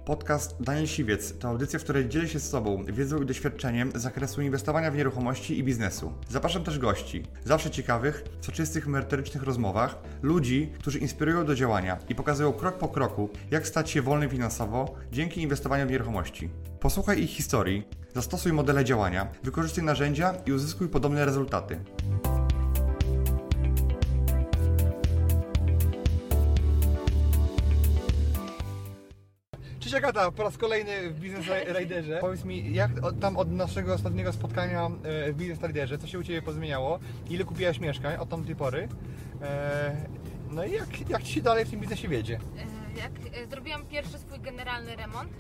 Podcast Daniel Siwiec to audycja, w której dzielę się z Tobą wiedzą i doświadczeniem z zakresu inwestowania w nieruchomości i biznesu. Zapraszam też gości, zawsze ciekawych, w soczystych, merytorycznych rozmowach, ludzi, którzy inspirują do działania i pokazują krok po kroku, jak stać się wolnym finansowo dzięki inwestowaniu w nieruchomości. Posłuchaj ich historii, zastosuj modele działania, wykorzystuj narzędzia i uzyskuj podobne rezultaty. Cześć Agata, po raz kolejny w Business Riderze. Powiedz mi, jak tam od naszego ostatniego spotkania w Business Riderze, co się u Ciebie pozmieniało? Ile kupiłaś mieszkań od tamtej pory? No i jak Ci się dalej w tym biznesie wiedzie? Zrobiłam pierwszy swój generalny remont.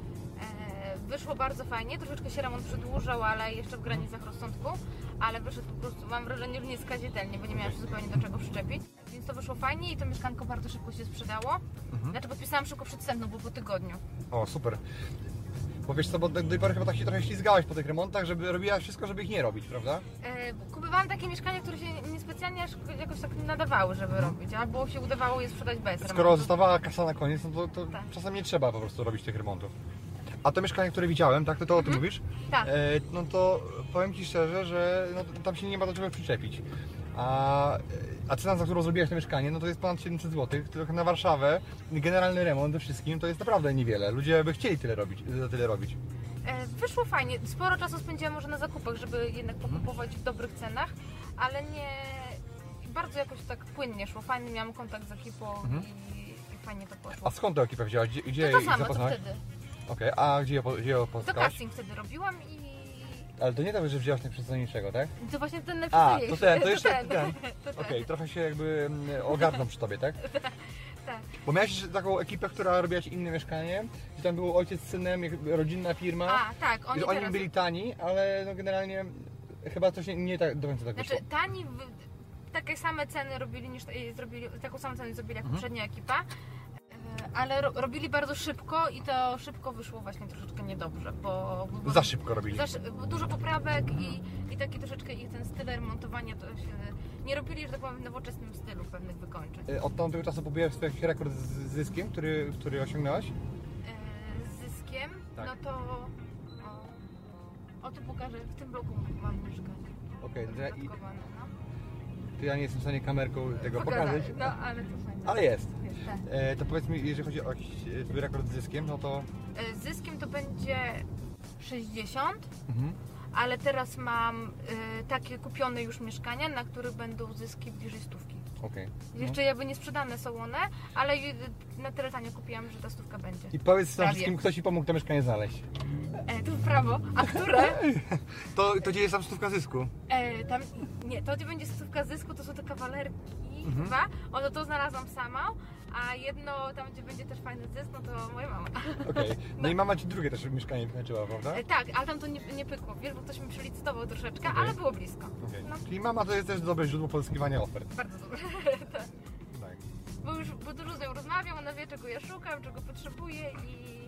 Wyszło bardzo fajnie, troszeczkę się remont przedłużał, ale jeszcze w granicach rozsądku, ale wyszedł po prostu, mam wrażenie, że nieskazitelnie, bo nie miałam się zupełnie do czego przyczepić. Więc to wyszło fajnie i to mieszkanko bardzo szybko się sprzedało. Znaczy podpisałam szybko przedwstępną, bo po tygodniu. O, super. Bo wiesz co, bo do tej pory chyba tak się trochę ślizgałaś po tych remontach, żeby robiłaś wszystko, żeby ich nie robić, prawda? Kupowałam takie mieszkania, które się niespecjalnie jakoś tak nadawały, żeby robić, albo się udawało je sprzedać bez remontu. Skoro zostawała kasa na koniec, no to tak. Czasem nie trzeba po prostu robić tych remontów. A to mieszkanie, które widziałem, tak? To o tym mówisz? Tak. No to powiem Ci szczerze, że tam się nie ma do czego przyczepić. A cena, za którą zrobiłaś to mieszkanie, no to jest ponad 700 zł. Trochę na Warszawę, generalny remont we wszystkim, to jest naprawdę niewiele. Ludzie by chcieli za tyle robić. Wyszło fajnie. Sporo czasu spędziłam może na zakupach, żeby jednak pokupować w dobrych cenach, ale nie... Bardzo jakoś tak płynnie szło. Fajnie miałam kontakt z ekipą i fajnie to poszło. A skąd tę ekipę wzięłaś? Gdzie to ich samo, zapoznałaś? to wtedy. Okej, a gdzie ją To poznałaś? casting wtedy robiłam i... Ale to nie tak, że wzięłaś najprzystojniejszego, tak? To właśnie ten A, najprzystojniejszy. to jeszcze ten. To ten. Okej, trochę się jakby ogarną przy Tobie, tak? Tak. Bo miałeś taką ekipę, która robiła Ci inne mieszkanie, gdzie tam był ojciec z synem, rodzinna firma. A, tak, oni teraz... byli tani, ale no generalnie chyba coś nie tak do końca tak Znaczy, wyszło. tani takie same ceny robili taką samą cenę zrobili jak poprzednia ekipa, ale robili bardzo szybko i to szybko wyszło właśnie troszeczkę niedobrze, bo Za szybko robili. Bo dużo poprawek i taki troszeczkę ich ten styl remontowania to się nie robili, że tak powiem, w nowoczesnym stylu pewnych wykończeń. Od tamtego czasu pobiłeś jakiś rekord z zyskiem, który osiągnęłaś? Z zyskiem, Tak. no to o tym pokażę, w tym bloku mam mieszkanie. Okej, no. to ja nie jestem w stanie kamerką tego Pokazać, pokazać. no ale to fajnie. Ale jest. Tak. To powiedz mi, jeżeli chodzi o jakiś twój rekord z zyskiem, no to... Z zyskiem to będzie 60, Mhm. ale teraz mam takie kupione już mieszkania, na których będą zyski bliżej 100. Okej. Jeszcze jakby nie sprzedane są one, ale na tyle tanio kupiłam, że ta 100 będzie. I powiedz nam Prawie. wszystkim, kto Ci pomógł to mieszkanie znaleźć. Tu w prawo, a które? To gdzie jest tam 100 zysku? Tam, nie, to gdzie będzie 100 zysku, to są te kawalerki chyba. To znalazłam sama, a jedno tam, gdzie będzie też fajny zysk, no to moja mama. Okej. No i mama Ci drugie też mieszkanie wykończyła, prawda? Tak, ale tam to nie pykło, wiesz, bo ktoś mi przelicytował troszeczkę, Okej. ale było blisko. Okay. No, Czyli mama to jest też dobre źródło pozyskiwania ofert. bardzo dobre. Tak. Tak. Bo dużo z nią rozmawiam, ona wie, czego ja szukam, czego potrzebuję i...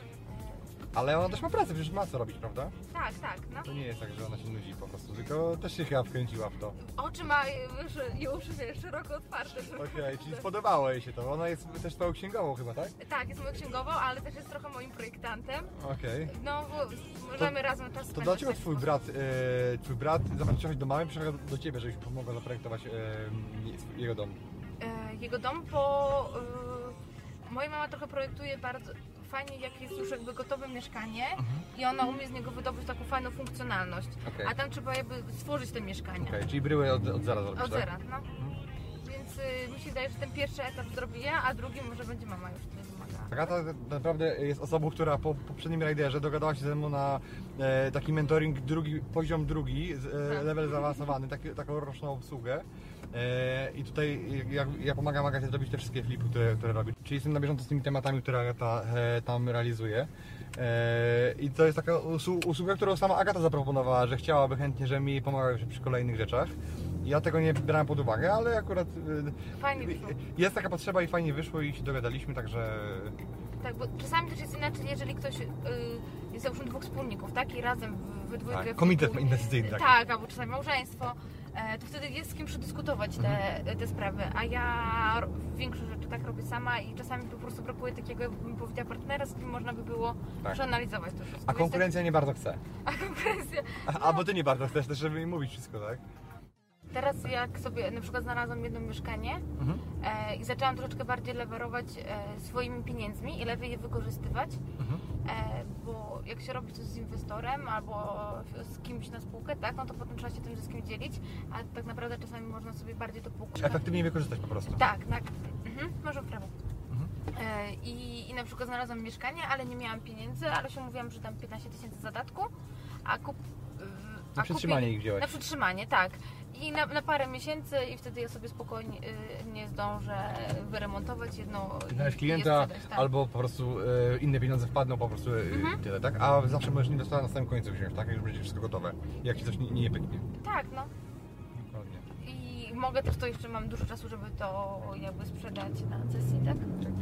Ale ona też ma pracę, przecież ma co robić, prawda? Tak, no. To nie jest tak, że ona się nudzi po prostu, tylko też się chyba wkręciła w to. Oczy ma już wiesz, szeroko otwarte. Okej, czyli spodobało jej się to. Ona jest też twoją księgową chyba, tak? Tak, jest moją księgową, ale też jest trochę moim projektantem. Okej. No, bo możemy razem czas spędzać. To dlaczego tak twój brat zamiast przyjechać do mamy, przyjechał do ciebie, żebyś pomogła zaprojektować jego dom? Jego dom, bo moja mama trochę projektuje bardzo fajnie, jak jest już jakby gotowe mieszkanie i ona umie z niego wydobyć taką fajną funkcjonalność. Okej. A tam trzeba jakby stworzyć te mieszkanie. Okej, czyli bryły od zera zrobisz, Od tak? zera, no. Więc mi się wydaje, że ten pierwszy etap zrobię ja, a drugi może będzie mama już tutaj pomagała. Agata naprawdę jest osobą, która po poprzednim riderze dogadała się ze mną na taki mentoring poziom drugi, level zaawansowany, taką roczną obsługę. I tutaj ja pomagam Agacie zrobić te wszystkie flipy, które robi. Czyli jestem na bieżąco z tymi tematami, które Agata tam realizuje. I to jest taka usługa, którą sama Agata zaproponowała, że chciałaby chętnie, żebym jej pomagał przy kolejnych rzeczach. Ja tego nie brałem pod uwagę, ale akurat Fajnie wyszło. jest taka potrzeba i fajnie wyszło i się dogadaliśmy, także... Tak, bo czasami też jest inaczej, jeżeli ktoś jest załóżmy dwóch wspólników, tak? I razem we dwójkę... Tak, komitet inwestycyjny taki. Tak, albo czasami małżeństwo, to wtedy jest z kim przedyskutować te sprawy, a ja większość rzeczy tak robię sama i czasami po prostu brakuje takiego, jakbym powiedziała, partnera, z kim można by było przeanalizować to wszystko. A konkurencja nie bardzo chce. A konkurencja... Albo ty nie bardzo chcesz też, żeby im mówić wszystko, tak? Teraz jak sobie na przykład znalazłam jedno mieszkanie i zaczęłam troszeczkę bardziej lewarować swoimi pieniędzmi i lepiej je wykorzystywać, bo jak się robi coś z inwestorem albo z kimś na spółkę, tak, no to potem trzeba się tym wszystkim dzielić, a tak naprawdę czasami można sobie bardziej to półkę. Efektywnie wykorzystać po prostu. Tak, może w prawo. I na przykład znalazłam mieszkanie, ale nie miałam pieniędzy, ale się umówiłam, że dam 15 000 zadatku, Na przetrzymanie ich wziąłeś. Na przetrzymanie, tak. I na parę miesięcy i wtedy ja sobie spokojnie nie zdążę wyremontować jedno Znaleźć klienta, sprzedać, tak. albo po prostu inne pieniądze wpadną, po prostu tyle, tak? A zawsze możesz inwestora na samym końcu wziąć, tak? Jak już będzie wszystko gotowe. Jak ci coś nie pyknie. Tak, no. Dokładnie. I mogę też, to jeszcze mam dużo czasu, żeby to jakby sprzedać na sesji, tak?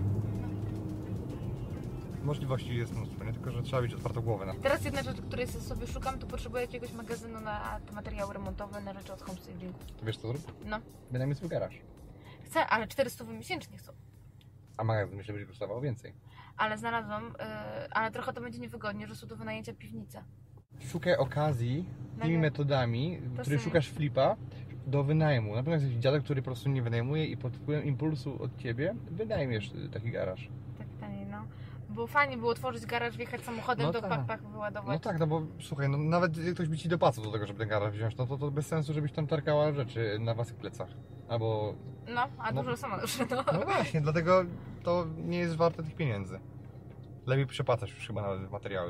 Możliwości jest mnóstwo, nie? Tylko że trzeba mieć otwartą głowę. Teraz jedna rzecz, której sobie szukam, to potrzebuję jakiegoś magazynu na te materiały remontowe, na rzeczy od homestagingu. To wiesz co zrób? No. Wynajmij swój garaż. Chcę, ale 400 miesięcznie chcą. A magazyn myślę, że będzie kosztował więcej. Ale znalazłam, ale trochę to będzie niewygodnie, że są do wynajęcia piwnice. Szukaj okazji tymi metodami, To których szukasz flipa, do wynajmu. Na pewno jest jakiś dziadek, który po prostu nie wynajmuje i pod wpływem impulsu od ciebie wynajmiesz taki garaż. Tak taniej, no. Bo fajnie było otworzyć garaż, wjechać samochodem do backpack, wyładować. No tak, no bo słuchaj, no nawet jak ktoś by ci dopłacał do tego, żeby ten garaż wziąć, no to bez sensu, żebyś tam tarkała rzeczy na własnych plecach. Albo... No, a dużo sama już, no. No właśnie, dlatego to nie jest warte tych pieniędzy. Lepiej przepłacać już chyba nawet materiały.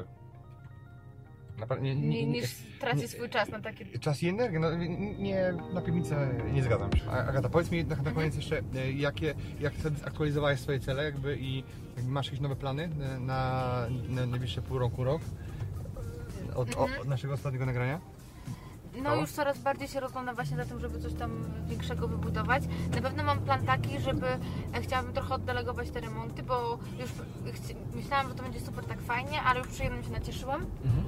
Niż tracić swój czas na takie... Czas i energię, no nie, na piwnicę nie zgadzam się. Agata, powiedz mi na koniec jeszcze, jak wtedy zaktualizowałeś swoje cele jakby i masz jakieś nowe plany na najbliższe pół roku, rok? Od naszego ostatniego nagrania? No już coraz bardziej się rozglądam właśnie za tym, żeby coś tam większego wybudować. Na pewno mam plan taki, żeby chciałabym trochę oddelegować te remonty, bo już myślałam, że to będzie super tak fajnie, ale już przy jednym się nacieszyłam.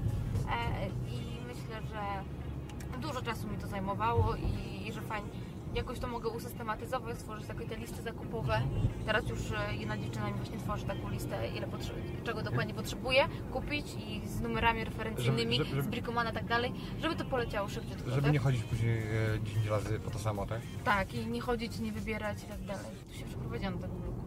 I myślę, że dużo czasu mi to zajmowało i że fajnie. Jakoś to mogę usystematyzować, stworzyć takie te listy zakupowe. Teraz już jedna dziewczyna mi właśnie tworzy taką listę, czego dokładnie potrzebuję kupić i z numerami referencyjnymi, z Bricomana i tak dalej, żeby to poleciało szybciutko. Żeby nie chodzić później 10 razy po to samo, tak? Tak, i nie chodzić, nie wybierać i tak dalej. Tu się przeprowadziłam do tego bloku.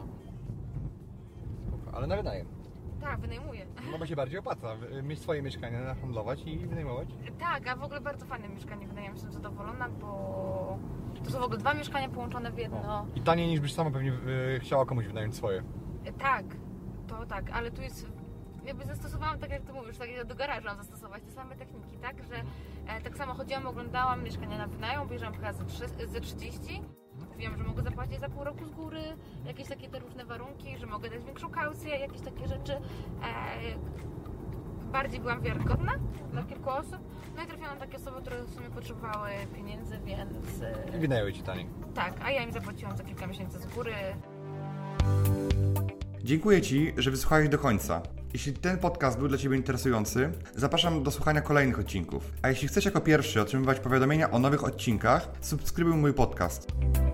Ale na wynajem. Tak, wynajmuję. No bo się bardziej opłaca mieć swoje mieszkanie, handlować i wynajmować. Tak, a w ogóle bardzo fajne mieszkanie wynajęłam, jestem zadowolona, bo to są w ogóle 2 mieszkania połączone w jedno. I taniej niż byś sama pewnie chciała komuś wynająć swoje. Tak, to tak, ale tu jest, jakby zastosowałam, tak jak ty mówisz, tak do garażu mam zastosować te same techniki, tak, że tak samo chodziłam, oglądałam mieszkania na wynajem, obejrzałam chyba ze 30. Wiem, że mogę zapłacić za pół roku z góry, jakieś takie te różne warunki, że mogę dać większą kaucję, jakieś takie rzeczy. Bardziej byłam wiarygodna dla kilku osób. No i trafiłam na takie osoby, które w sumie potrzebowały pieniędzy, więc... I wynajęły ci taniej. Tak, a ja im zapłaciłam za kilka miesięcy z góry. Dziękuję Ci, że wysłuchałeś do końca. Jeśli ten podcast był dla Ciebie interesujący, zapraszam do słuchania kolejnych odcinków. A jeśli chcesz jako pierwszy otrzymywać powiadomienia o nowych odcinkach, subskrybuj mój podcast.